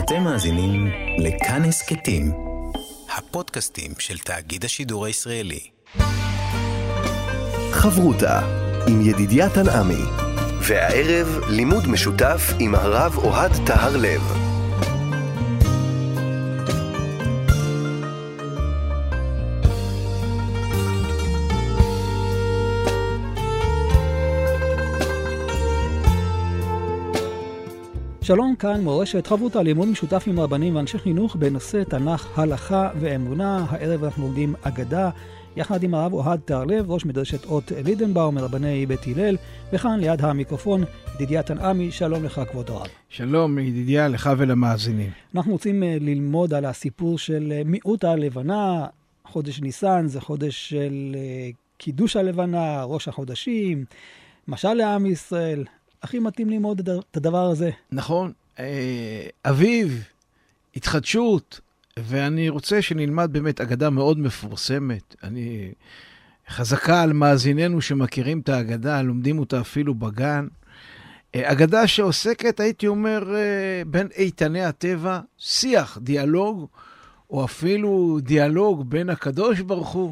אתם מאזינים לכאן הסכתים, הפודקאסטים של תאגיד השידור הישראלי. חברותה עם ידידיה תנעמי, והערב לימוד משותף עם הרב אוהד טהר לב. שלום, כאן מורשת חברותה, לימוד משותף עם רבנים ואנשי חינוך בנושא תנ"ך, הלכה ואמונה. הערב אנחנו לומדים אגדה יחד עם הרב אוהד טהר לב, ראש מדרשת אות לידנבאום מרבני בית הלל, וכאן ליד המיקרופון ידידיה תנעמי. שלום לך כבוד הרב. שלום ידידיה, לך ולמאזינים. אנחנו רוצים ללמוד על הסיפור של מיעוט הלבנה. חודש ניסן זה חודש של קידוש הלבנה, ראש החודשים, משל לעם ישראל. הכי מתאים ללמוד את הדבר הזה. נכון, אביב, התחדשות, ואני רוצה שנלמד באמת אגדה מאוד מפורסמת. אני חזקה על מאזיננו שמכירים את האגדה, לומדים אותה אפילו בגן. אגדה שעוסקת, הייתי אומר, בין איתני הטבע, שיח, דיאלוג, או אפילו דיאלוג בין הקדוש ברוך הוא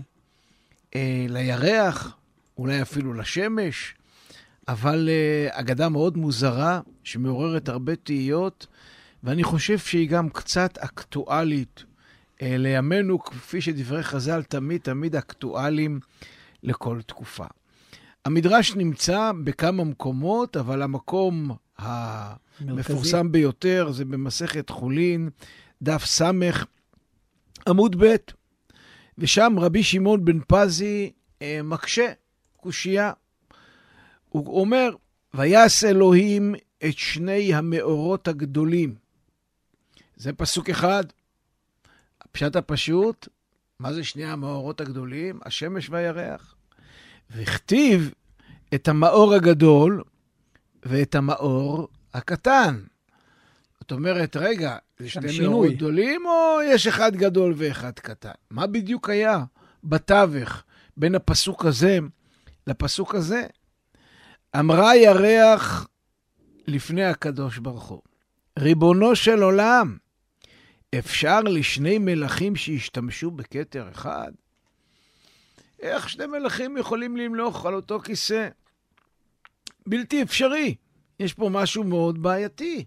לירח, אולי אפילו לשמש, אבל אגדה מאוד מוזרה, שמעוררת הרבה תהיות, ואני חושב שהיא גם קצת אקטואלית לימינו, כפי שדברי חז"ל תמיד אקטואליים לכל תקופה. המדרש נמצא בכמה מקומות, אבל המקום המפורסם ביותר זה במסכת חולין, דף סמך, עמוד ב', ושם רבי שמעון בן פזי מקשה, קושייה. הוא אומר, ויעש אלוהים את שני המאורות הגדולים. זה פסוק אחד. הפשט הפשוט, מה זה שני המאורות הגדולים? השמש והירח. והכתיב את המאור הגדול ואת המאור הקטן. זאת אומרת, רגע, זה שני מאורות גדולים או יש אחד גדול ואחד קטן? מה בדיוק היה בתווך בין הפסוק הזה לפסוק הזה? אמרה ירח לפני הקדוש ברוך הוא, ריבונו של עולם, אפשר לשני מלכים שישתמשו בכתר אחד? איך שני מלכים יכולים למלוך על אותו כיסא? בלתי אפשרי. יש פה משהו מאוד בעייתי.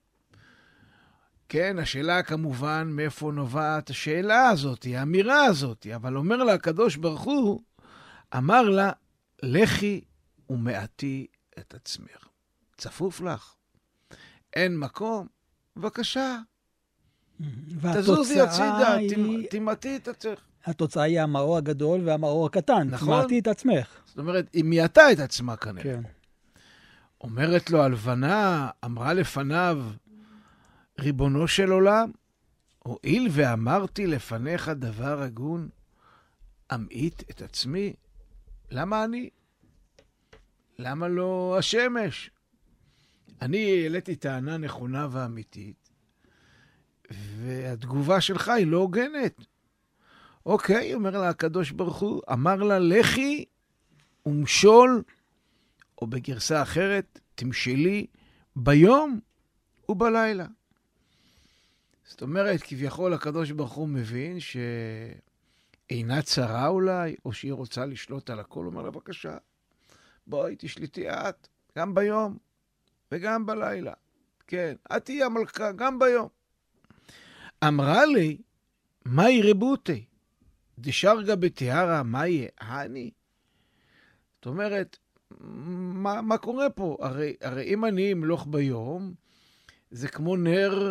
כן, השאלה כמובן מאיפה נובעת השאלה הזאת, האמירה הזאת, אבל אומר לה הקדוש ברוך הוא, אמר לה, לכי ומעטי את עצמך. צפוף לך. אין מקום. בבקשה. תזוזי הצידה, תמעטי את עצמך. התוצאה היא המאור הגדול והמאור הקטן. נכון. תמעטי את עצמך. זאת אומרת, היא מעטה את עצמה כנראה. כן. אומרת לו הלבנה, אמרה לפניו, ריבונו של עולם, הואיל ואמרתי לפניך דבר הגון, אמעיט את עצמי. למה אני? למה לא השמש? אני העליתי טענה נכונה ואמיתית, והתגובה שלך היא לא הוגנת. אוקיי, אומר לה הקדוש ברוך הוא, אמר לה, לכי ומשול, או בגרסה אחרת, תמשלי ביום ובלילה. זאת אומרת, כביכול הקדוש ברוך הוא מבין שאינה צרה אולי, או שהיא רוצה לשלוט על הכל, אומר לה, בבקשה. בואי, תשליטי את, גם ביום וגם בלילה. כן, את תהיי המלכה גם ביום. אמרה לי, מהי רבותי? דשרגה בתיארה, מהי אני? זאת אומרת, מה קורה פה? הרי אם אני אמלוך ביום, זה כמו נר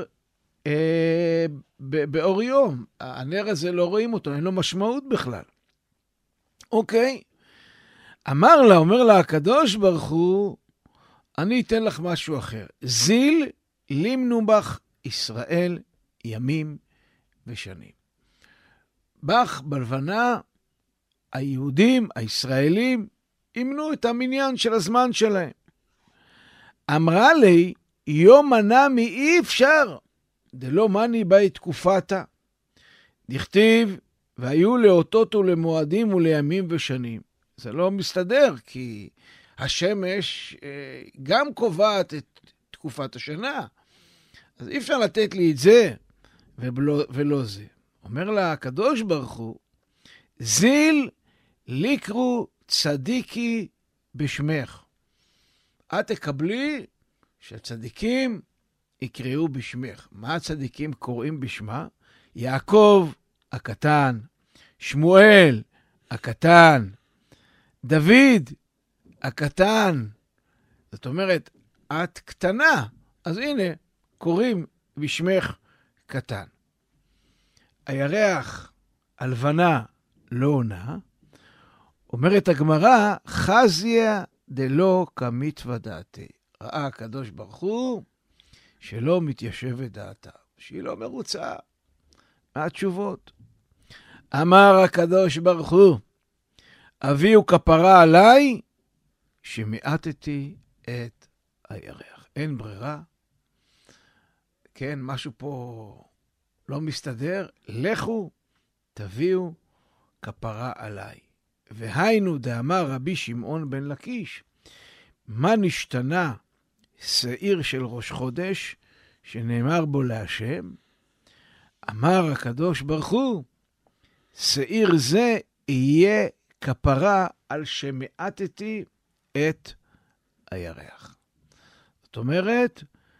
באור יום. הנר הזה לא רואים אותו, אין לו משמעות בכלל. אוקיי. אומר לה הקדוש ברוך הוא, אני אתן לך משהו אחר. זיל לימנו בך ישראל ימים ושנים. בך בלבנה, היהודים, הישראלים, ימנו את המניין של הזמן שלהם. אמרה לי, יום מנמי אי אפשר, דלא מני בי תקופתה. דכתיב, והיו לאותות ולמועדים ולימים ושנים. זה לא מסתדר, כי השמש גם קובעת את תקופת השנה. אז אי אפשר לתת לי את זה ולא זה. אומר לה הקדוש ברוך הוא, זיל ליקרו צדיקי בשמך. את תקבלי שהצדיקים יקראו בשמך. מה הצדיקים קוראים בשמה? יעקב הקטן, שמואל הקטן, דוד הקטן. זאת אומרת, את קטנה, אז הנה, קוראים בשמך קטן. הירח, הלבנה, לא עונה. אומרת הגמרא, חזיה דלא כמצווה דעתי. ראה הקדוש ברוך הוא שלא מתיישבת דעתה, שהיא לא מרוצה מהתשובות. אמר הקדוש ברוך הוא, אביהו כפרה עליי שמעטתי את הירח. אין ברירה. כן, משהו פה לא מסתדר. לכו, תביאו כפרה עליי. והיינו דאמר רבי שמעון בן לקיש, מה נשתנה שעיר של ראש חודש שנאמר בו להשם? אמר הקדוש ברוך הוא, שעיר זה יהיה כפרה על שמעטתי את הירח. זאת אומרת,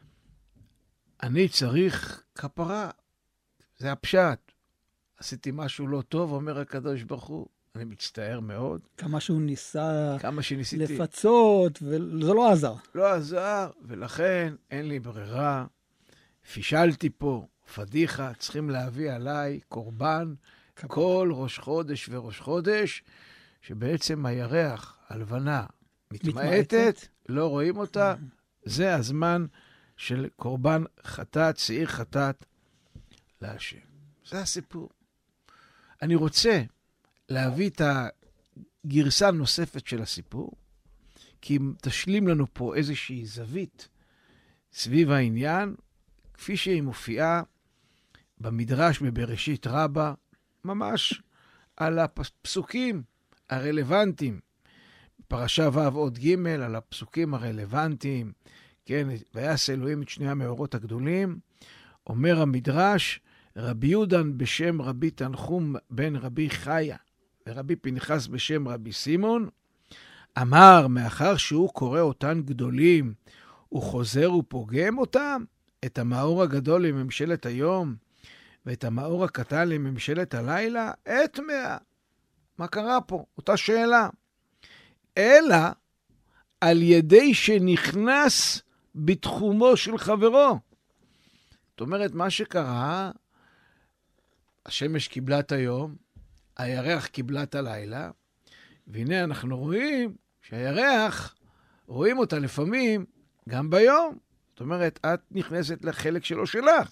אני צריך כפרה. זה הפשט. עשיתי משהו לא טוב, אומר הקדוש ברוך הוא, אני מצטער מאוד. כמה שהוא ניסה שניסיתי לפצות, וזה לא עזר. לא עזר, ולכן אין לי ברירה. פישלתי פה, פדיחה, צריכים להביא עליי קורבן, כל ראש חודש וראש חודש, שבעצם הירח, הלבנה, מתמעטת, לא רואים אותה, זה הזמן של קורבן חטאת, שעיר חטאת להשם. זה הסיפור. אני רוצה להביא את הגרסה הנוספת של הסיפור, כי אם תשלים לנו פה איזושהי זווית סביב העניין, כפי שהיא מופיעה במדרש בבראשית רבה, ממש על הפסוקים הרלוונטיים, פרשה ו' עוד ג' על הפסוקים הרלוונטיים, כן, ויעש אלוהים את שני המאורות הגדולים, אומר המדרש, רבי יהודן בשם רבי תנחום בן רבי חיה, ורבי פנחס בשם רבי סימון, אמר, מאחר שהוא קורא אותן גדולים, הוא חוזר ופוגם אותם, את המאור הגדול לממשלת היום, ואת המאור הקטן לממשלת הלילה, את מאה. מה קרה פה? אותה שאלה. אלא על ידי שנכנס בתחומו של חברו. זאת אומרת, מה שקרה, השמש קיבלה את היום, הירח קיבלה את הלילה, והנה אנחנו רואים שהירח, רואים אותה לפעמים גם ביום. זאת אומרת, את נכנסת לחלק שלו שלך.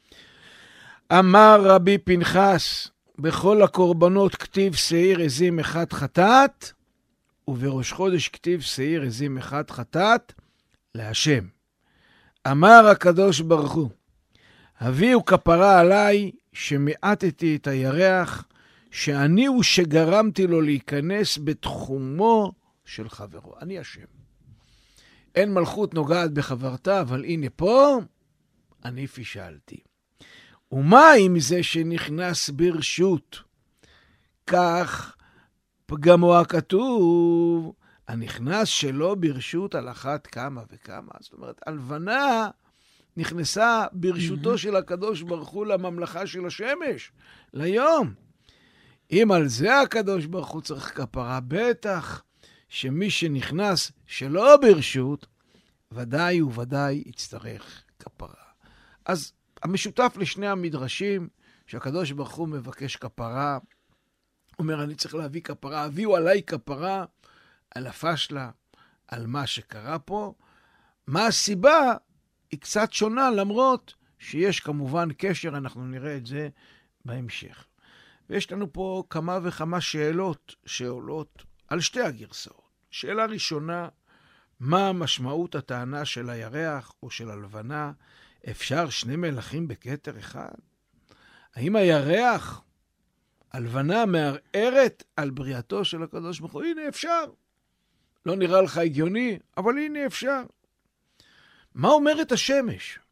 אמר רבי פנחס, בכל הקורבנות כתיב שעיר עזים אחד חטאת, ובראש חודש כתיב שעיר עזים אחד חטאת להשם. אמר הקדוש ברוך הוא, הביאו כפרה עליי שמעטתי את הירח, שאני הוא שגרמתי לו להיכנס בתחומו של חברו. אני השם. אין מלכות נוגעת בחברתה, אבל הנה פה אני פישלתי. ומה עם זה שנכנס ברשות? כך פגמו הכתוב, הנכנס שלא ברשות על אחת כמה וכמה. זאת אומרת, הלבנה נכנסה ברשותו של הקדוש ברוך הוא לממלכה של השמש, ליום. אם על זה הקדוש ברוך הוא צריך כפרה, בטח שמי שנכנס שלא ברשות, ודאי וודאי יצטרך כפרה. אז המשותף לשני המדרשים, שהקדוש ברוך הוא מבקש כפרה, אומר, אני צריך להביא כפרה, הביאו עליי כפרה, על הפשלה, על מה שקרה פה. מה הסיבה? היא קצת שונה, למרות שיש כמובן קשר, אנחנו נראה את זה בהמשך. ויש לנו פה כמה וכמה שאלות שעולות על שתי הגרסאות. שאלה ראשונה, מה משמעות הטענה של הירח או של הלבנה? אפשר שני מלכים בכתר אחד? האם הירח, הלבנה, מערערת על בריאתו של הקדוש ברוך הוא? הנה אפשר. לא נראה לך הגיוני, אבל הנה אפשר. מה אומרת השמש?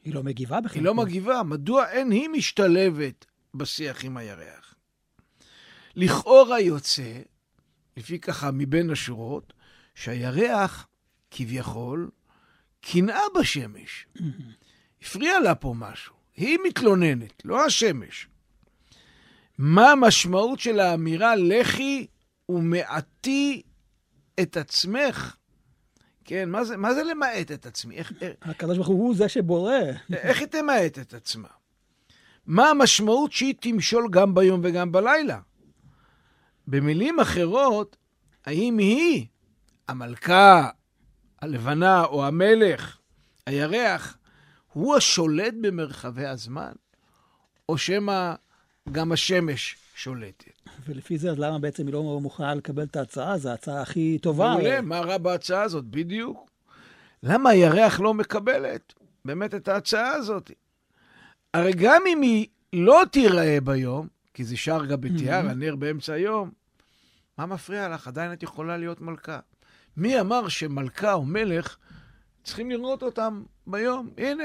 היא לא מגיבה בכלל. היא לא מגיבה. מדוע אין היא משתלבת בשיח עם הירח? לכאורה יוצא, לפי ככה מבין השורות, שהירח כביכול קנאה בשמש. הפריע לה פה משהו. היא מתלוננת, לא השמש. מה המשמעות של האמירה לכי ומעטי את עצמך? כן, מה זה למעט את עצמי? הקדוש ברוך הוא זה שבורא. איך היא תמעט את עצמה? מה המשמעות שהיא תמשול גם ביום וגם בלילה? במילים אחרות, האם היא, המלכה, הלבנה או המלך, הירח, הוא השולט במרחבי הזמן? או שמא גם השמש שולטת? ולפי זה, אז למה בעצם היא לא מוכנה לקבל את ההצעה? זו ההצעה הכי טובה. מעולה, מה רע בהצעה הזאת? בדיוק. למה הירח לא מקבלת באמת את ההצעה הזאת? הרי גם אם היא לא תיראה ביום, כי זה שרגא בתיאר, הנר באמצע היום, מה מפריע לך? עדיין את יכולה להיות מלכה. מי אמר שמלכה או מלך צריכים לראות אותם ביום? הנה.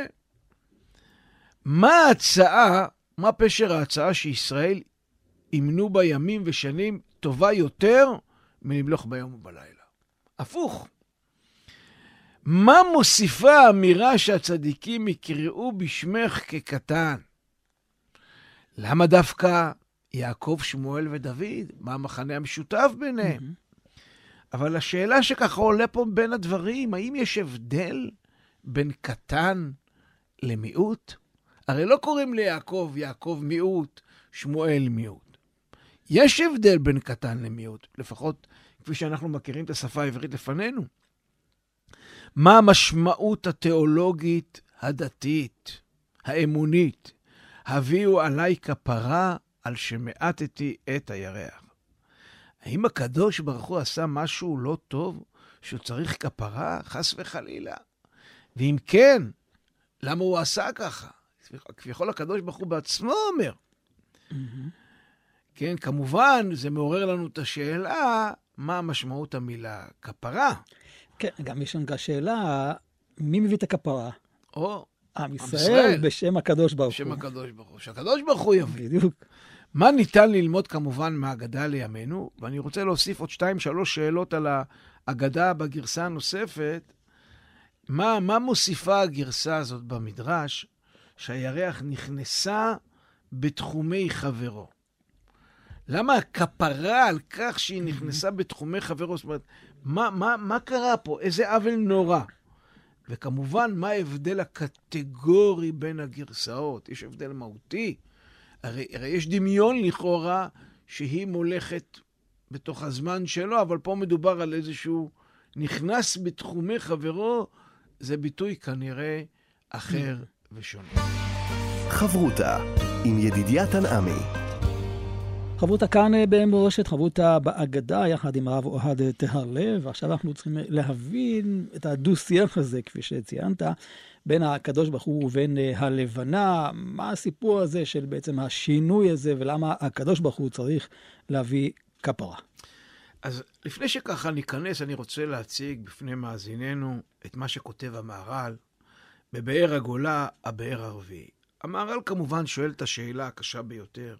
מה ההצעה, מה פשר ההצעה שישראל ימנו בה ימים ושנים טובה יותר מלמלוך ביום ובלילה? הפוך. מה מוסיפה האמירה שהצדיקים יקראו בשמך כקטן? למה דווקא יעקב, שמואל ודוד? מה המחנה המשותף ביניהם? אבל השאלה שככה עולה פה בין הדברים, האם יש הבדל בין קטן למיעוט? הרי לא קוראים ליעקב יעקב מיעוט, שמואל מיעוט. יש הבדל בין קטן למיעוט, לפחות כפי שאנחנו מכירים את השפה העברית לפנינו. מה המשמעות התיאולוגית, הדתית, האמונית? הביאו עליי כפרה על שמעטתי את הירח. האם הקדוש ברוך הוא עשה משהו לא טוב שהוא צריך כפרה? חס וחלילה. ואם כן, למה הוא עשה ככה? כביכול הקדוש ברוך הוא בעצמו אומר. כן, כמובן, זה מעורר לנו את השאלה, מה משמעות המילה כפרה? כן, גם יש לנו שאלה, מי מביא את הכפרה? או, עם ישראל בשם הקדוש ברוך הוא. בשם הקדוש ברוך הוא, שהקדוש ברוך הוא יביא. בדיוק. מה ניתן ללמוד כמובן מהאגדה לימינו? ואני רוצה להוסיף עוד 2-3 שאלות על האגדה בגרסה הנוספת. מה מוסיפה הגרסה הזאת במדרש? שהירח נכנסה בתחומי חברו. למה הכפרה על כך שהיא נכנסה בתחומי חברו? זאת אומרת, מה קרה פה? איזה עוול נורא? וכמובן, מה ההבדל הקטגורי בין הגרסאות? יש הבדל מהותי. הרי יש דמיון לכאורה שהיא מולכת בתוך הזמן שלו, אבל פה מדובר על איזשהו נכנס בתחומי חברו, זה ביטוי כנראה אחר ושונה. חברותה עם ידידיה תנעמי. חברותה כאן במורשת, חברותה באגדה, יחד עם הרב אוהד טהרלב. עכשיו אנחנו צריכים להבין את הדו-שיח הזה, כפי שציינת, בין הקדוש ברוך הוא ובין הלבנה. מה הסיפור הזה של בעצם השינוי הזה, ולמה הקדוש ברוך הוא צריך להביא כפרה? אז לפני שככה ניכנס, אני רוצה להציג בפני מאזיננו את מה שכותב המהר"ל בבאר הגולה, הבאר הרביעי. המהר"ל כמובן שואל את השאלה הקשה ביותר,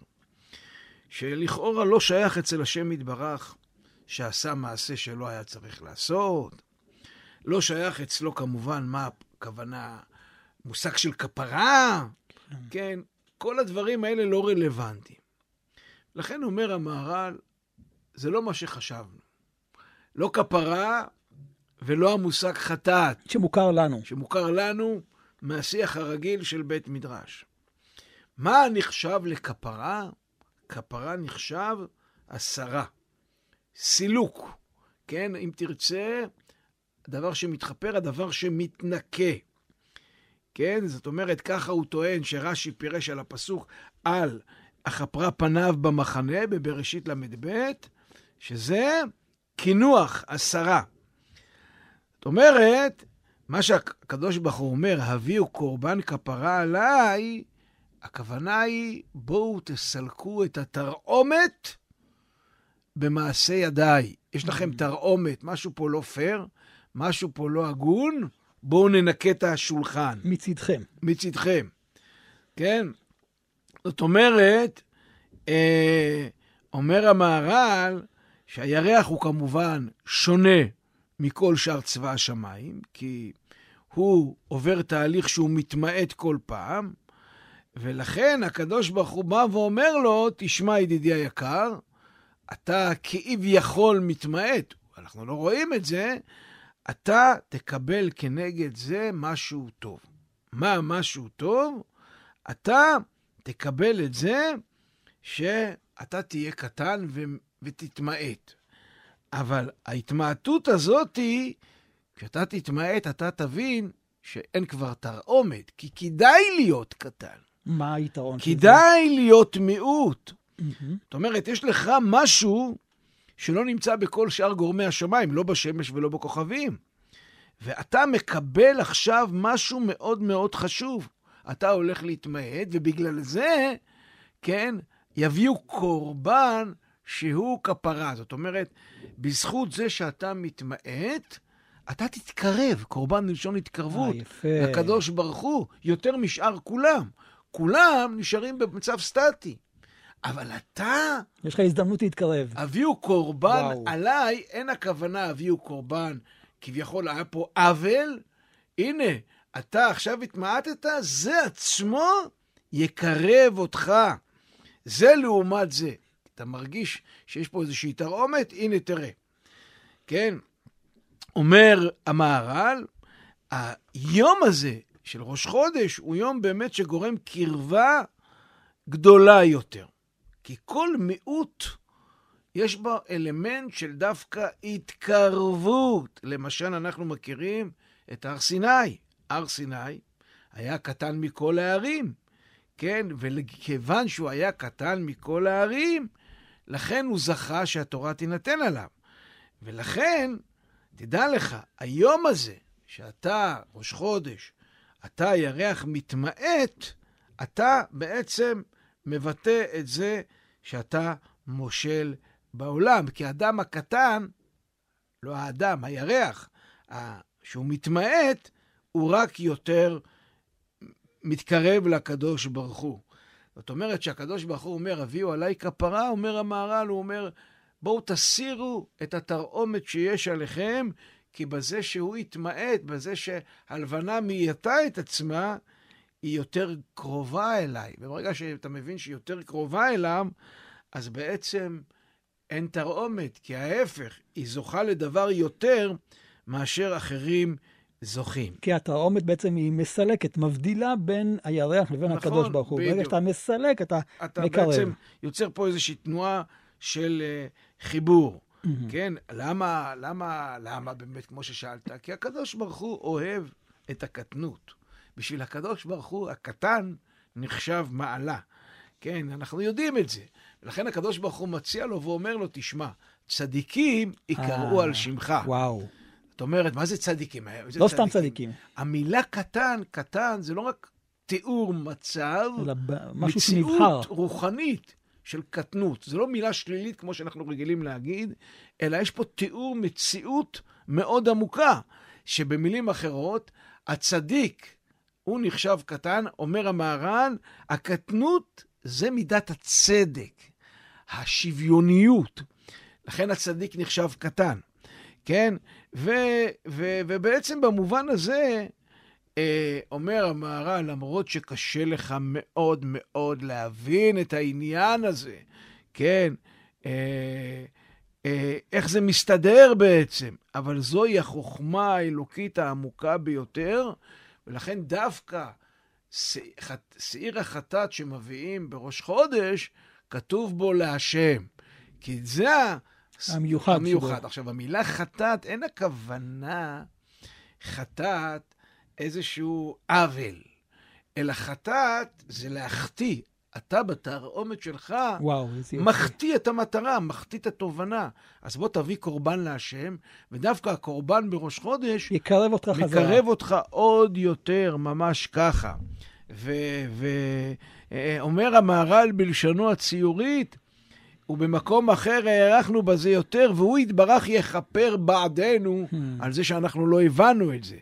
שלכאורה לא שייך אצל השם יתברך שעשה מעשה שלא היה צריך לעשות. לא שייך אצלו כמובן מה הכוונה, מושג של כפרה, כן, כל הדברים האלה לא רלוונטיים. לכן אומר המהר"ל, זה לא מה שחשבנו. לא כפרה ולא המושג חטאת. שמוכר לנו. שמוכר לנו מהשיח הרגיל של בית מדרש. מה נחשב לכפרה? כפרה נחשב הסרה, סילוק, כן? אם תרצה, הדבר שמתחפר, הדבר שמתנקה, כן? זאת אומרת, ככה הוא טוען שרש"י פירש על הפסוק על החפרה פניו במחנה בבראשית ל"ב, שזה כינוח, הסרה. זאת אומרת, מה שהקדוש ברוך הוא אומר, הביאו קורבן כפרה עליי, הכוונה היא, בואו תסלקו את התרעומת במעשה ידיי. יש לכם תרעומת, משהו פה לא פייר, משהו פה לא הגון, בואו ננקה את השולחן. מצדכם. מצדכם. כן? זאת אומרת, אומר המהר"ל, שהירח הוא כמובן שונה מכל שאר צבא השמיים, כי הוא עובר תהליך שהוא מתמעט כל פעם, ולכן הקדוש ברוך הוא בא ואומר לו, תשמע ידידי היקר, אתה כביכול מתמעט, אנחנו לא רואים את זה, אתה תקבל כנגד זה משהו טוב. מה משהו טוב? אתה תקבל את זה שאתה תהיה קטן ותתמעט. אבל ההתמעטות הזאת היא, כשאתה תתמעט, אתה תבין שאין כבר תרעומת, כי כדאי להיות קטן. מה היתרון של זה? כדאי להיות מיעוט. זאת אומרת, יש לך משהו שלא נמצא בכל שאר גורמי השמיים, לא בשמש ולא בכוכבים. ואתה מקבל עכשיו משהו מאוד מאוד חשוב. אתה הולך להתמעט, ובגלל זה, כן, יביאו קורבן שהוא כפרה. זאת אומרת, בזכות זה שאתה מתמעט, אתה תתקרב, קורבן מלשון התקרבות, לקדוש ברוך הוא, יותר משאר כולם. כולם נשארים במצב סטטי. אבל אתה... יש לך הזדמנות להתקרב. הביאו קורבן עליי, אין הכוונה הביאו קורבן, כביכול היה פה עוול, הנה, אתה עכשיו התמעטת, זה עצמו יקרב אותך. זה לעומת זה. אתה מרגיש שיש פה איזושהי תרעומת, הנה תראה. כן? אומר המהר"ל, היום הזה של ראש חודש הוא יום באמת שגורם קרבה גדולה יותר. כי כל מיעוט יש בו אלמנט של דווקא התקרבות. למשל אנחנו מכירים את הר סיני. הר סיני היה קטן מכל הערים. כן? וכיוון שהוא היה קטן מכל הערים, לכן הוא זכה שהתורה תינתן עליו. ולכן, תדע לך, היום הזה, שאתה ראש חודש, אתה ירח מתמעט, אתה בעצם מבטא את זה שאתה מושל בעולם. כי האדם הקטן, לא האדם, הירח, שהוא מתמעט, הוא רק יותר מתקרב לקדוש ברוך הוא. זאת אומרת שהקדוש ברוך הוא אומר, הביאו עליי כפרה, אומר המהר"ל, הוא אומר, בואו תסירו את התרעומת שיש עליכם, כי בזה שהוא יתמעט, בזה שהלבנה מייתה את עצמה, היא יותר קרובה אליי. וברגע שאתה מבין שהיא יותר קרובה אליו, אז בעצם אין תרעומת, כי ההפך, היא זוכה לדבר יותר מאשר אחרים זוכים. כי התרעומת בעצם היא מסלקת, מבדילה בין הירח לבין נכון, הקדוש ברוך הוא. ברגע שאתה מסלק, אתה מקרב. בעצם יוצר פה איזושהי תנועה של חיבור. כן? למה באמת, כמו ששאלת? כי הקדוש ברוך הוא אוהב את הקטנות. בשביל הקדוש ברוך הוא, הקטן נחשב מעלה. כן? אנחנו יודעים את זה. ולכן הקדוש ברוך הוא מציע לו ואומר לו, תשמע, צדיקים יקראו על שמך. וואו. זאת אומרת, מה זה צדיקים? לא סתם צדיקים. המילה קטן זה לא רק תיאור מצב, אלא משהו שנבחר. מציאות רוחנית של קטנות. זה לא מילה שלילית כמו שאנחנו רגילים להגיד, אלא יש פה תיאור מציאות מאוד עמוקה, שבמילים אחרות, הצדיק הוא נחשב קטן, אומר המהר"ל, הקטנות זה מידת הצדק, השוויוניות. לכן הצדיק נחשב קטן. כן? ובעצם במובן הזה, אומר המהר"ל, למרות שקשה לך מאוד מאוד להבין את העניין הזה, כן? איך זה מסתדר בעצם, אבל זוהי החוכמה האלוקית העמוקה ביותר, ולכן דווקא שעיר החטאת שמביאים בראש חודש, כתוב בו להשם. כי זה המיוחד. עכשיו, המילה חטאת, אין הכוונה חטאת איזשהו עוול, אלא חטאת זה להחטיא. אתה בתרעומת שלך מחטיא את המטרה, מחטיא את התובנה. אז בוא תביא קורבן להשם, ודווקא הקורבן בראש חודש יקרב אותך חזרה. מקרב אותך עוד יותר, ממש ככה. ואומר המהר"ל בלשונו הציורית, ובמקום אחר הערכנו בזה יותר, והוא יתברך יכפר בעדנו על זה שאנחנו לא הבנו את זה.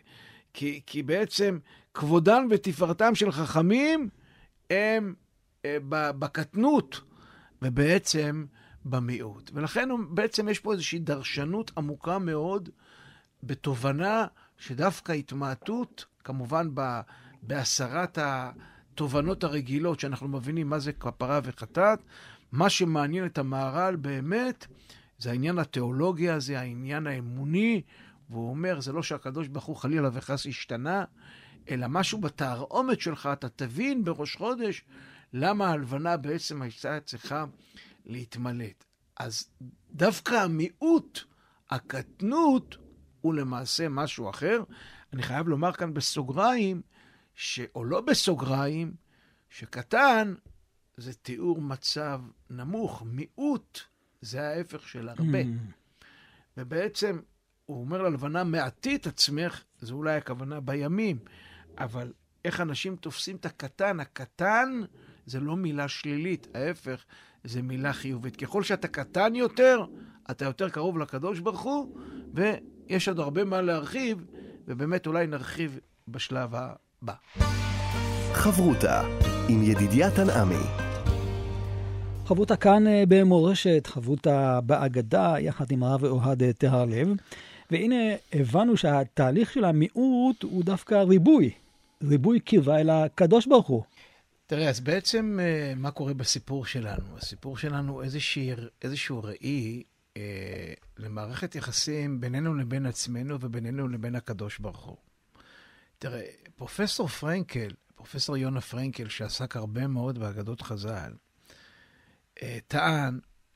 כי בעצם כבודם ותפארתם של חכמים הם בקטנות, ובעצם במיעוט. ולכן בעצם יש פה איזושהי דרשנות עמוקה מאוד, בתובנה שדווקא התמעטות, כמובן בהסרת התובנות הרגילות, שאנחנו מבינים מה זה כפרה וחטאת, מה שמעניין את המהר"ל באמת, זה העניין התיאולוגיה, זה העניין האמוני, והוא אומר, זה לא שהקדוש ברוך הוא חלילה וחס השתנה, אלא משהו בתרעומת שלך, אתה תבין בראש חודש, למה ההלבנה בעצם הייתה צריכה להתמלט. אז דווקא המיעוט, הקטנות, הוא למעשה משהו אחר. אני חייב לומר כאן בסוגריים, או לא בסוגריים, שקטן זה תיאור מצב נמוך, מיעוט זה ההפך של הרבה. ובעצם הוא אומר ללבנה, מעטית עצמך, זה אולי הכוונה בימים, אבל איך אנשים תופסים את הקטן? הקטן זה לא מילה שלילית, ההפך זה מילה חיובית. ככל שאתה קטן יותר, אתה יותר קרוב לקדוש ברוך הוא, ויש עוד הרבה מה להרחיב, ובאמת אולי נרחיב בשלב הבא. חברותה עם ידידיה תנעמי. חברותה כאן במורשת, חברותה באגדה, יחד עם הרב אוהד טהרלב. והנה הבנו שהתהליך של המיעוט הוא דווקא ריבוי קרבה אל הקדוש ברוך הוא. תראה, אז בעצם מה קורה בסיפור שלנו? הסיפור שלנו איזשהו ראי למערכת יחסים בינינו לבין עצמנו ובינינו לבין הקדוש ברוך הוא. תראה, פרופסור יונה פרנקל, שעסק הרבה מאוד באגדות חז"ל, טען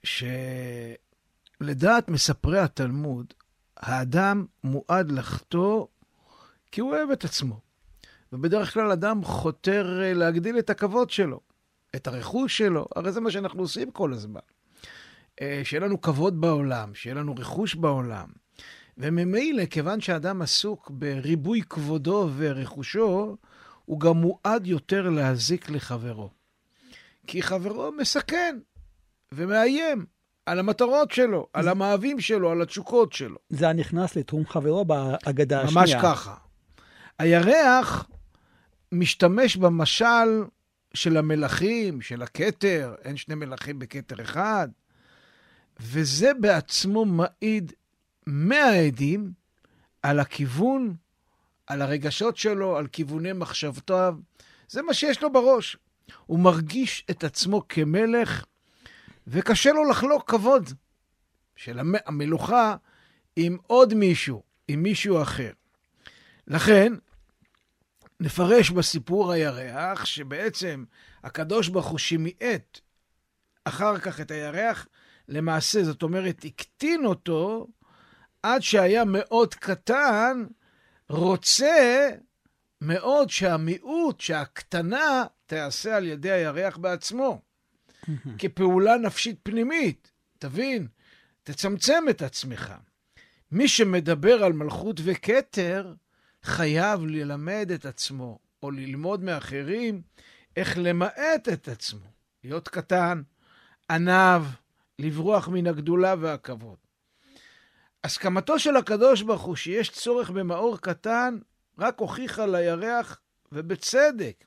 שלדעת מספרי התלמוד, האדם מועד לחטוא כי הוא אוהב את עצמו. ובדרך כלל אדם חותר להגדיל את הכבוד שלו, את הרכוש שלו, הרי זה מה שאנחנו עושים כל הזמן. שיהיה לנו כבוד בעולם, שיהיה לנו רכוש בעולם. וממילא, כיוון שאדם עסוק בריבוי כבודו ורכושו, הוא גם מועד יותר להזיק לחברו. כי חברו מסכן ומאיים על המטרות שלו, על המאהבים שלו, על התשוקות שלו. זה נכנס לתחום חברו באגדה השנייה. ממש ככה. הירח משתמש במשל של המלכים, של הכתר, אין שני מלכים בכתר אחד, וזה בעצמו מעיד 100 עדים על הכיוון, על הרגשות שלו, על כיווני מחשבתיו. זה מה שיש לו בראש. הוא מרגיש את עצמו כמלך, וקשה לו לחלוק כבוד של המלוכה עם עוד מישהו, עם מישהו אחר. לכן, נפרש בסיפור הירח, שבעצם הקדוש ברוך הוא שמיעט אחר כך את הירח, למעשה, זאת אומרת, הקטין אותו, עד שהיה מאוד קטן, רוצה מאוד שהמיעוט, שהקטנה, תעשה על ידי הירח בעצמו. כפעולה נפשית פנימית. תבין, תצמצם את עצמך. מי שמדבר על מלכות וכתר, חייב ללמד את עצמו, או ללמוד מאחרים, איך למעט את עצמו. להיות קטן, ענב, לברוח מן הגדולה והכבוד. הסכמתו של הקדוש ברוך הוא שיש צורך במאור קטן, רק הוכיחה לירח, ובצדק,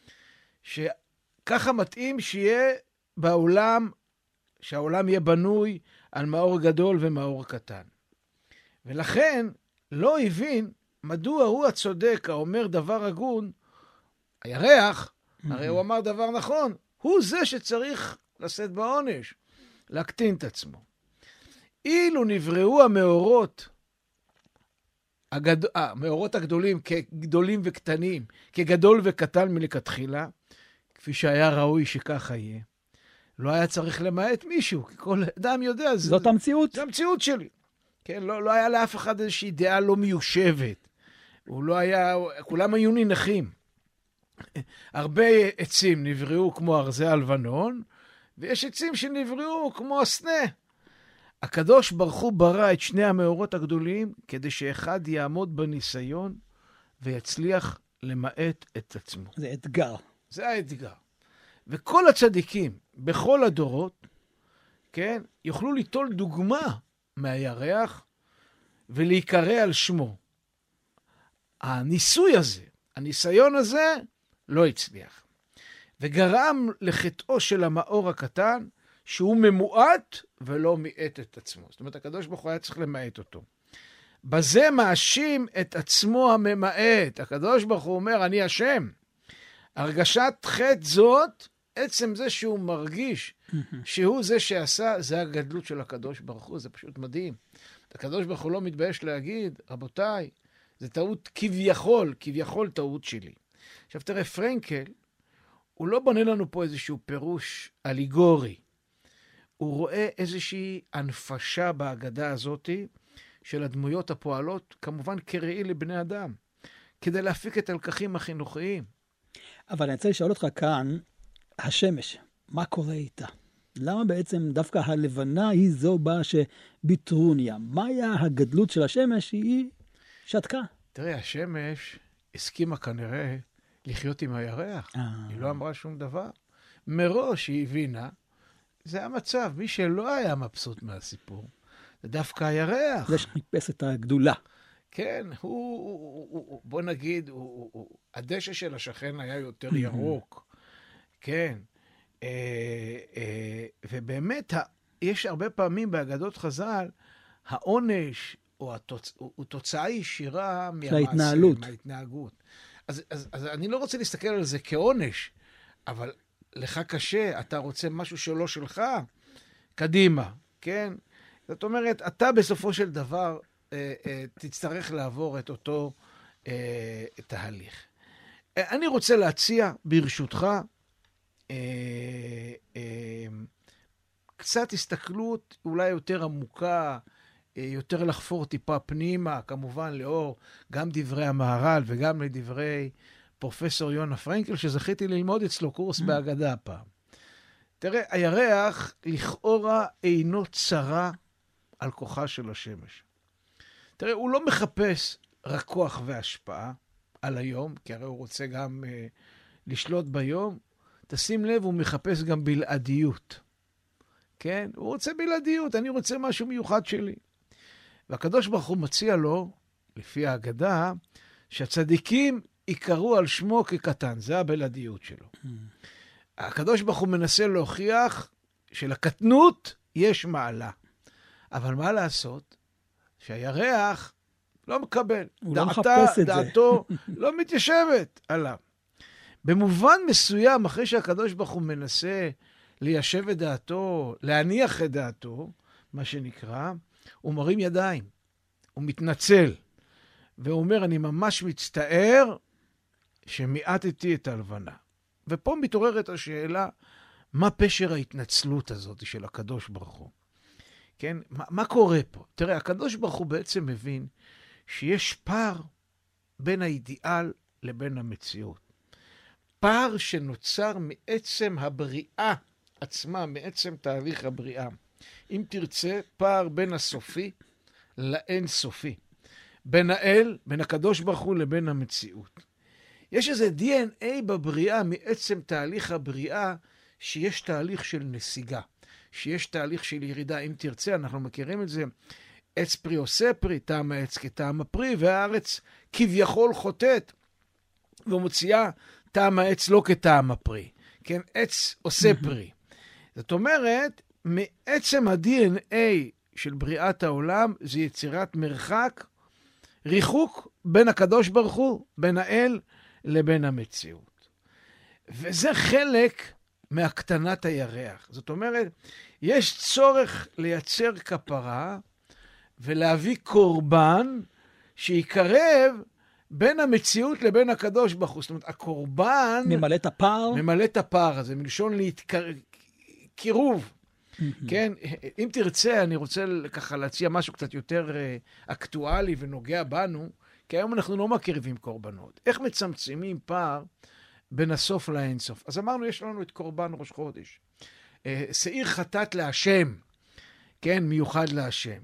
שככה מתאים שיהיה בעולם, שהעולם יהיה בנוי על מאור גדול ומאור קטן. ולכן לא הבין מדוע הוא הצודק, האומר דבר הגון, הירח, הרי הוא אמר דבר נכון, הוא זה שצריך לשאת בעונש, להקטין את עצמו. אילו נבראו המאורות הגדולים כגדולים וקטנים, כגדול וקטן מלכתחילה, כפי שהיה ראוי שככה יהיה, לא היה צריך למעט מישהו, כי כל אדם יודע, זאת המציאות. זה המציאות שלי. כן, לא היה לאף אחד איזושהי דעה לא מיושבת. הוא לא היה, כולם היו ננחים. הרבה עצים נבראו כמו ארזי הלבנון, ויש עצים שנבראו כמו הסנה. הקדוש ברוך הוא ברא את שני המאורות הגדולים, כדי שאחד יעמוד בניסיון, ויצליח למעט את עצמו. זה אתגר. זה האתגר. וכל הצדיקים, בכל הדורות, כן, יוכלו ליטול דוגמה מהירח, ולהיקרא על שמו. הניסוי הזה, הניסיון הזה, לא הצליח. וגרם לחטאו של המאור הקטן, שהוא ממועט ולא מיעט את עצמו. זאת אומרת, הקדוש ברוך הוא היה צריך למעט אותו. בזה מאשים את עצמו הממעט. הקדוש ברוך הוא אומר, אני השם. הרגשת חטא זאת, עצם זה שהוא מרגיש שהוא זה שעשה, זה הגדלות של הקדוש ברוך הוא. זה פשוט מדהים. הקדוש ברוך הוא לא מתבייש להגיד, רבותיי, זה טעות כביכול טעות שלי. עכשיו תראה, פרנקל, הוא לא בונה לנו פה איזשהו פירוש אליגורי. הוא רואה איזושהי הנפשה בהגדה הזאת של הדמויות הפועלות, כמובן כראי לבני אדם, כדי להפיק את הלקחים החינוכיים. אבל אני רוצה לשאול אותך כאן, השמש, מה קורה איתה? למה בעצם דווקא הלבנה היא זו בה שביטרוניה? מה היה הגדלות של השמש? היא שתקה. תראה, השמש הסכימה כנראה לחיות עם הירח. היא לא אמרה שום דבר. מראש היא הבינה, זה המצב. מי שלא היה מבסוט מהסיפור, זה דווקא הירח. זה שחיפש את הגדולה. כן, בוא נגיד, הדשא של השכן היה יותר ירוק. כן. ובאמת, יש הרבה פעמים באגדות חז"ל, העונש הוא תוצאה ישירה מההתנהגות. אז אני לא רוצה להסתכל על זה כעונש, אבל לך קשה, אתה רוצה משהו שלא שלך, קדימה, כן? זאת אומרת, אתה בסופו של דבר תצטרך לעבור את אותו תהליך. אני רוצה להציע, ברשותך, קצת הסתכלות אולי יותר עמוקה, יותר לחפור טיפה פנימה, כמובן לאור גם דברי המהר"ל וגם לדברי פרופסור יונה פרנקל, שזכיתי ללמוד אצלו קורס בהגדה הפעם. תראה, הירח לכאורה אינו צרה על כוחה של השמש. תראה, הוא לא מחפש רק כוח והשפעה על היום, כי הרי הוא רוצה גם לשלוט ביום. תשים לב, הוא מחפש גם בלעדיות. כן? הוא רוצה בלעדיות, אני רוצה משהו מיוחד שלי. והקדוש ברוך הוא מציע לו, לפי ההגדה, שהצדיקים יקראו על שמו כקטן. זה הבלעדיות שלו. הקדוש ברוך הוא מנסה להוכיח שלקטנות יש מעלה. אבל מה לעשות? שהירח לא מקבל. הוא לא מחפש את זה. דעתו לא מתיישבת עליו. במובן מסוים, אחרי שהקדוש ברוך הוא מנסה ליישב את דעתו, להניח את דעתו, מה שנקרא, הוא מרים ידיים, הוא מתנצל, והוא אומר, אני ממש מצטער שמיעטתי את הלבנה. ופה מתעוררת השאלה, מה פשר ההתנצלות הזאת של הקדוש ברוך הוא? כן? מה קורה פה? תראה, הקדוש ברוך הוא בעצם מבין שיש פער בין האידיאל לבין המציאות. פער שנוצר מעצם הבריאה עצמה, מעצם תהליך הבריאה. אם תרצה, פער בין הסופי לאין סופי. בין האל, בין הקדוש ברוך הוא לבין המציאות. יש איזה DNA בבריאה מעצם תהליך הבריאה, שיש תהליך של נסיגה, שיש תהליך של ירידה. אם תרצה, אנחנו מכירים את זה, עץ פרי עושה פרי, טעם העץ כטעם הפרי, והארץ כביכול חוטאת, ומוציאה טעם העץ לא כטעם הפרי. כן, עץ עושה פרי. זאת אומרת, מעצם ה-DNA של בריאת העולם, זה יצירת מרחק, ריחוק בין הקדוש ברוך הוא, בין האל לבין המציאות. וזה חלק מהקטנת הירח. זאת אומרת, יש צורך לייצר כפרה ולהביא קורבן שיקרב בין המציאות לבין הקדוש ברוך הוא. זאת אומרת, הקורבן ממלא את הפער. ממלא את הפער הזה, מלשון קירוב. כן, אם תרצה, אני רוצה ככה להציע משהו קצת יותר אקטואלי ונוגע בנו, כי היום אנחנו לא מקריבים קורבנות. איך מצמצמים פער בין הסוף לאינסוף? אז אמרנו, יש לנו את קורבן ראש חודש. שעיר חטאת להשם, כן, מיוחד להשם.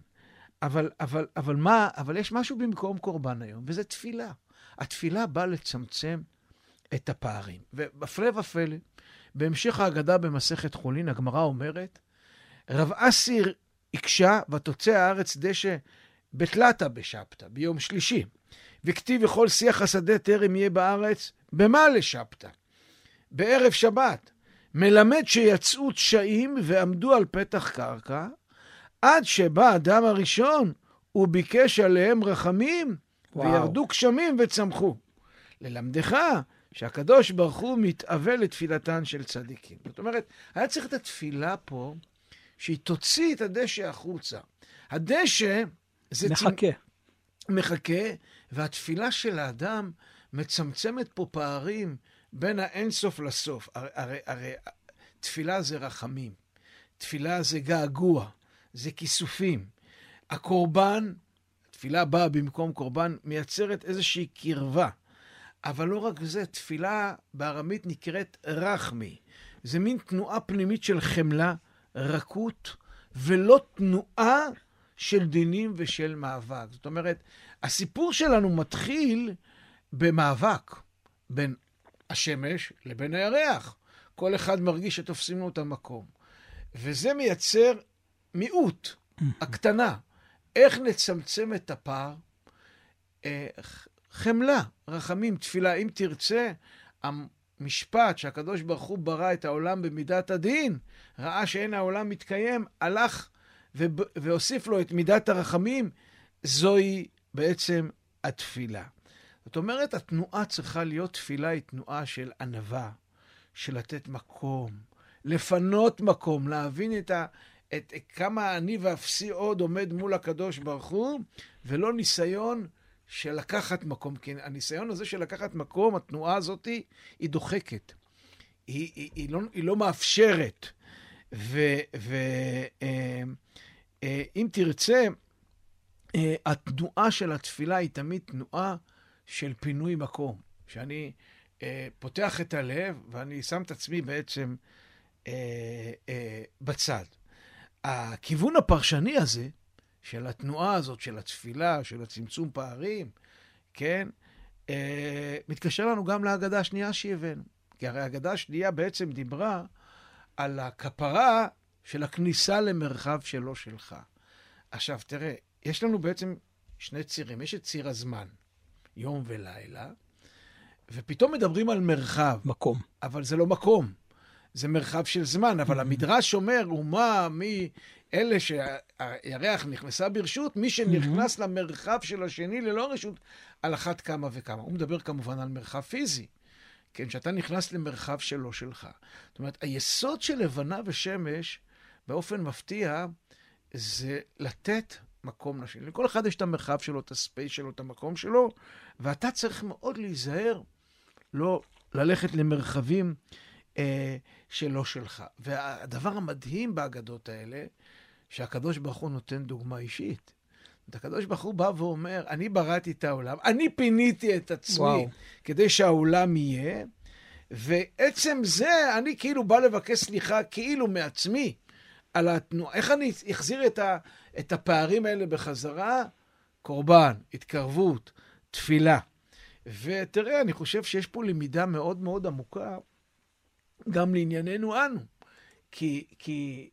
אבל יש משהו במקום קורבן היום, וזה תפילה. התפילה באה לצמצם את הפערים. ובפלא ופלא, בהמשך ההגדה במסכת חולין, הגמרא אומרת, רב אסיר הקשה ותוצא הארץ דשא בתלתה בשבתא, ביום שלישי. וכתיב וכל שיח השדה טרם יהיה בארץ, במה לשבתא? בערב שבת. מלמד שיצאו תשעים ועמדו על פתח קרקע, עד שבא אדם הראשון, הוא ביקש עליהם רחמים, וירדו גשמים וצמחו. ללמדך שהקדוש ברוך הוא מתאווה לתפילתן של צדיקים. זאת אומרת, היה צריך את התפילה פה, שהיא תוציא את הדשא החוצה. הדשא זה מחכה, והתפילה של האדם מצמצמת פה פערים בין האינסוף לסוף. הרי תפילה זה רחמים, תפילה זה געגוע, זה כיסופים. הקורבן, תפילה באה במקום קורבן, מייצרת איזושהי קרבה. אבל לא רק זה, תפילה בארמית נקראת רחמי. זה מין תנועה פנימית של חמלה, רכות, ולא תנועה של דינים ושל מאבק. זאת אומרת, הסיפור שלנו מתחיל במאבק בין השמש לבין הירח. כל אחד מרגיש שתופסים לו את המקום. וזה מייצר מיעוט, הקטנה. איך נצמצם את הפער? חמלה, רחמים, תפילה. אם תרצה, המשפט שהקדוש ברוך הוא ברא את העולם במידת הדין, ראה שאין העולם מתקיים, הלך והוסיף לו את מידת הרחמים, זוהי בעצם התפילה. זאת אומרת, התנועה צריכה להיות תפילה, היא תנועה של ענווה, של לתת מקום, לפנות מקום, להבין את כמה אני ואפסי עוד עומד מול הקדוש ברוך הוא, ולא ניסיון של לקחת מקום. כי הניסיון הזה של לקחת מקום, התנועה הזאת היא דוחקת. היא לא מאפשרת. אם תרצה, התנועה של התפילה היא תמיד תנועה של פינוי מקום. שאני פותח את הלב ואני שם את עצמי בעצם בצד. הכיוון הפרשני הזה, של התנועה הזאת, של התפילה, של הצמצום פערים, כן, מתקשר לנו גם להגדה השנייה שהבאנו. כי הרי ההגדה השנייה בעצם דיברה על הכפרה של הכניסה למרחב שלו שלך. עכשיו, תראה, יש לנו בעצם שני צירים. יש את ציר הזמן, יום ולילה, ופתאום מדברים על מרחב. מקום. אבל זה לא מקום. זה מרחב של זמן, אבל המדרש אומר, ומה מאלה שהירח נכנסה ברשות, מי שנכנס למרחב של השני ללא רשות, על אחת כמה וכמה. הוא מדבר כמובן על מרחב פיזי, כן, שאתה נכנס למרחב שלו שלך. זאת אומרת, היסוד של לבנה ושמש, באופן מפתיע, זה לתת מקום לשני. לכל אחד יש את המרחב שלו, את הספייס שלו, את המקום שלו, ואתה צריך מאוד להיזהר, לא ללכת למרחבים שלא שלך. והדבר המדהים בהגדות האלה, שהקדוש ברוך הוא נותן דוגמה אישית. הקדוש ברוך הוא בא ואומר, אני בראתי את העולם, אני פיניתי את עצמי, כדי שהעולם יהיה, ועצם זה, אני כאילו בא לבקש סליחה כאילו מעצמי, על התנועה. איך אני אחזיר את הפערים האלה בחזרה? קורבן, התקרבות, תפילה. ותראה, אני חושב שיש פה למידה מאוד מאוד עמוקה, גם לענייננו אנו. כי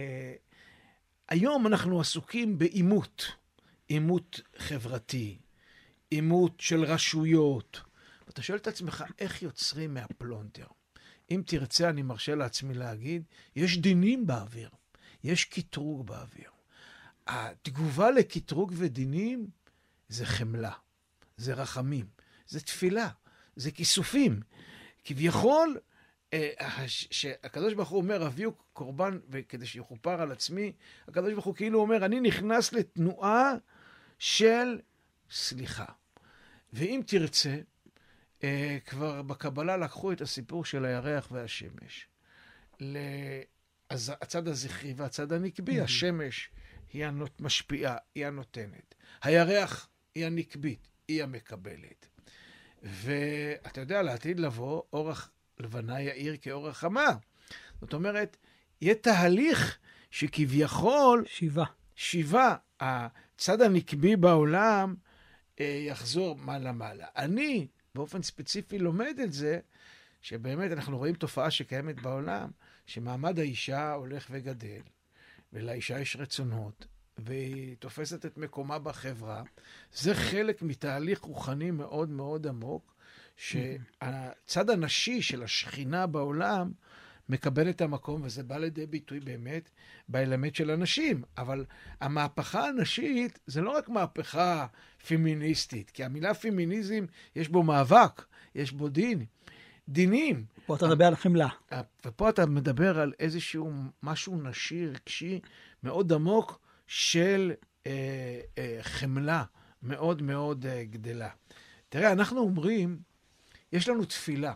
היום אנחנו עסוקים בעימות. עימות חברתי, עימות של רשויות. ואתה שואל את עצמך, איך יוצרים מהפלונטר? אם תרצה, אני מרשה לעצמי להגיד, יש דינים באוויר, יש קטרוג באוויר. התגובה לקטרוג ודינים זה חמלה, זה רחמים, זה תפילה, זה כיסופים. כביכול, שהקדוש ברוך הוא אומר, הביאו קורבן וכדי שיכופר על עצמי, הקדוש ברוך הוא כאילו אומר, אני נכנס לתנועה של סליחה. ואם תרצה, כבר בקבלה לקחו את הסיפור של הירח והשמש. הצד הזכרי והצד הנקבי, השמש היא משפיעה, היא הנותנת. הירח היא הנקבית, היא המקבלת. ואתה יודע, לעתיד לבוא, אורח לבנה יאיר כאורח חמה. זאת אומרת, יהיה תהליך שכביכול שיבה, הצד הנקבי בעולם יחזור מעלה. אני באופן ספציפי לומד את זה, שבאמת אנחנו רואים תופעה שקיימת בעולם, שמעמד האישה הולך וגדל, ולאישה יש רצונות, והיא תופסת את מקומה בחברה. זה חלק מתהליך רוחני מאוד מאוד עמוק, שהצד הנשי של השכינה בעולם מקבל את המקום, וזה בא לידי ביטוי באמת באלמנט של הנשים. אבל המהפכה הנשית זה לא רק מהפכה פמיניסטית, כי המילה פמיניזם יש בו מאבק, יש בו דינים. פה אתה מדבר על חמלה. ופה אתה מדבר על איזשהו משהו נשי, רגשי, מאוד עמוק של חמלה מאוד מאוד גדלה. תראה, אנחנו אומרים, יש לנו תפילה.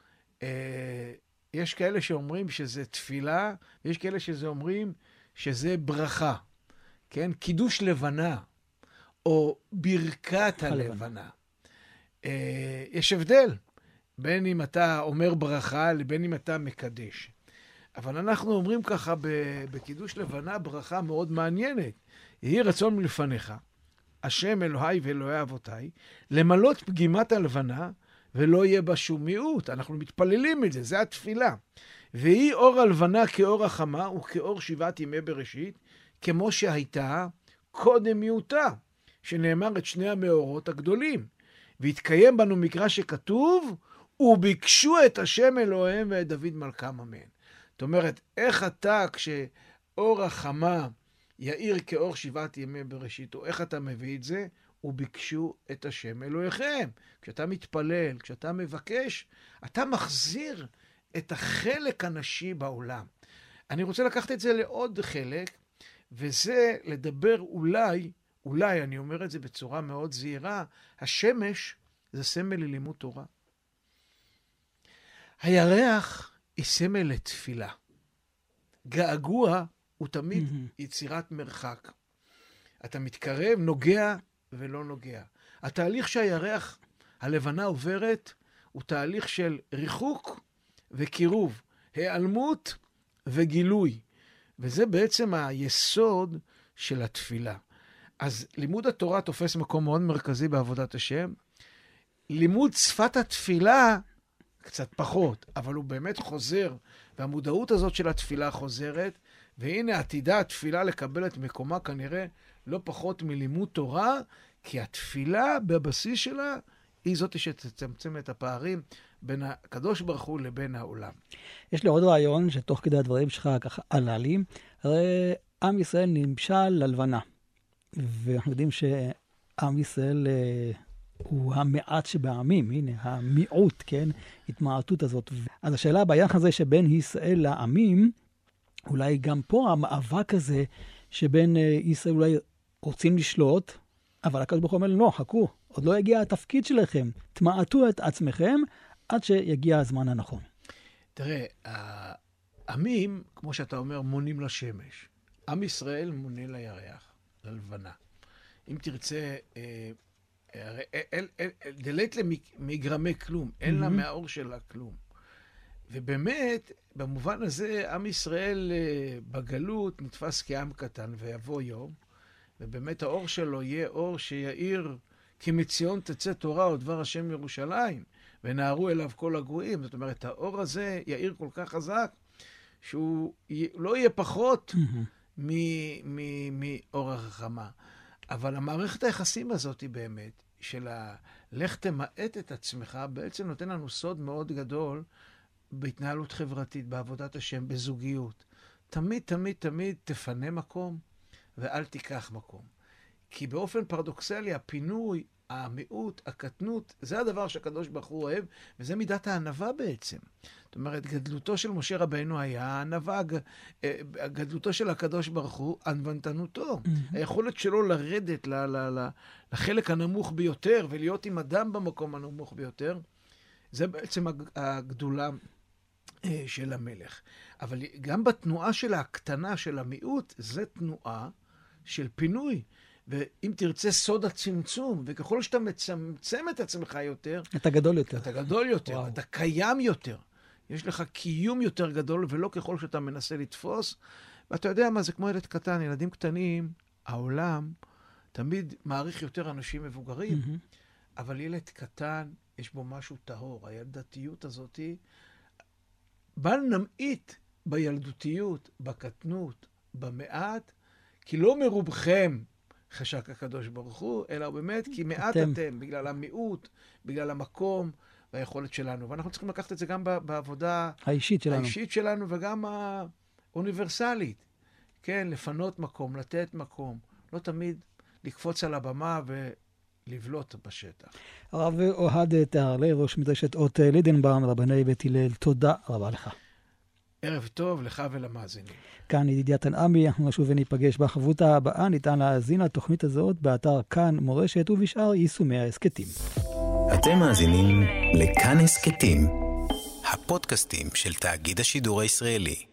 יש כאלה שאומרים שזה תפילה, ויש כאלה שאומרים שזה ברכה. כן? קידוש לבנה, או ברכת הלבנה. יש הבדל בין אם אתה אומר ברכה, לבין אם אתה מקדש. אבל אנחנו אומרים ככה בקידוש לבנה, ברכה מאוד מעניינת. יהי רצון מלפניך, השם אלוהי ואלוהי אבותיי, למלות פגימת הלבנה, ולא יהיה בה שום מיעוט. אנחנו מתפללים את זה, זה התפילה. והיא אור הלבנה כאור החמה, וכאור 7 ימי בראשית, כמו שהייתה קודם מיעוטה, שנאמר את שני המאורות הגדולים. והתקיים בנו מקרא שכתוב, וביקשו את השם אלוהיהם ואת דוד מלכם אמן. זאת אומרת, איך אתה כשאור החמה יאיר כאור 7 ימי בראשית, או איך אתה מביא את זה? וביקשו את השם אלוהיכם. כשאתה מתפלל, כשאתה מבקש, אתה מחזיר את החלק הנשי בעולם. אני רוצה לקחת את זה לעוד חלק, וזה לדבר אולי, אני אומר את זה בצורה מאוד זהירה, השמש זה סמל ללימוד תורה. הירח היא סמל לתפילה. געגוע הוא תמיד יצירת מרחק. אתה מתקרב, נוגע ולא נוגע. התהליך שהירח הלבנה עוברת הוא תהליך של ריחוק וקירוב, העלמות וגילוי. וזה בעצם היסוד של התפילה. אז לימוד התורה תופס מקום מאוד מרכזי בעבודת השם. לימוד שפת התפילה קצת פחות, אבל הוא באמת חוזר, והמודעות הזאת של התפילה חוזרת, והנה עתידה התפילה לקבל את מקומה כנראה לא פחות מלימוד תורה, כי התפילה בבסיס שלה היא זאת שתצמצם את הפערים בין הקדוש ברוך הוא לבין העולם. יש לי עוד רעיון שתוך כדי הדברים שלך ככה עלה לי. הרי עם ישראל נמשל ללבנה, ואנחנו יודעים שעם ישראל הוא המעט שבעמים, הנה, המיעוט, כן? התמעטות הזאת. אז השאלה ביחס הזה שבין ישראל לעמים, אולי גם פה המאבק הזה שבין ישראל אולי רוצים לשלוט, אבל הקדוש ברוך הוא אומר, לא, חכו, עוד לא הגיע התפקיד שלכם, תמעטו את עצמכם עד שיגיע הזמן הנכון. תראה, העמים, כמו שאתה אומר, מונים לשמש. עם ישראל מונה לירח, ללבנה. אם תרצה, דלית מגרמי כלום, אין לה מהאור שלה כלום. ובאמת, במובן הזה, עם ישראל בגלות נתפס כעם קטן, ויבוא יום, ובאמת האור שלו יהיה אור שיעיר, כי מציון תצא תורה או דבר השם ירושלים, ונערו אליו כל הגויים. זאת אומרת, האור הזה יעיר כל כך חזק, שהוא לא יהיה פחות מאור החכמה. אבל המערכת היחסים הזאת היא באמת, של לך תמעט את עצמך, בעצם נותן לנו סוד מאוד גדול בהתנהלות חברתית, בעבודת השם, בזוגיות. תמיד, תמיד, תמיד תפנה מקום, ואל תיקח מקום. כי באופן פרדוקסלי, הפינוי, המיעוט, הקטנות, זה הדבר שהקדוש ברוך הוא אוהב, וזה מידת הענווה בעצם. זאת אומרת, גדלותו של משה רבנו היה הענווה, גדלותו של הקדוש ברוך הוא, ענוונתנותו. היכולת שלו לרדת לחלק הנמוך ביותר, ולהיות עם אדם במקום הנמוך ביותר, זה בעצם הגדולה של המלך. אבל גם בתנועה של הקטנה של המיעוט, זה תנועה של פינוי. ואם תרצה סוד הצמצום, וככל שאתה מצמצם את עצמך יותר, אתה גדול יותר. אתה גדול יותר, וואו. אתה קיים יותר. יש לך קיום יותר גדול, ולא ככל שאתה מנסה לתפוס. ואתה יודע מה, זה כמו ילד קטן, ילדים קטנים, העולם תמיד מעריך יותר אנשים מבוגרים, אבל ילד קטן, יש בו משהו טהור. הילדתיות הזאת, בל נמעיט בילדותיות, בקטנות, במעט, כי לא מרובכם חשק הקדוש ברוך הוא, אלא באמת כי מעט אתם, בגלל המיעוט, בגלל המקום והיכולת שלנו. ואנחנו צריכים לקחת את זה גם בעבודה האישית שלנו וגם האוניברסלית. כן, לפנות מקום, לתת מקום, לא תמיד לקפוץ על הבמה ולבלוט בשטח. הרב אוהד תהרלב, ראש מדרשת אות לידנבאום, רבני בית הלל, תודה רבה לך. ערב טוב לך ולמאזינים. כאן ידידיה תנעמי, אנחנו נשוב וניפגש בחברותה הבאה. ניתן להאזין לתוכנית הזאת באתר כאן מורשת ובשאר יישומי ההסכתים. אתם מאזינים לכאן הסכתים, הפודקאסטים של תאגיד השידור הישראלי.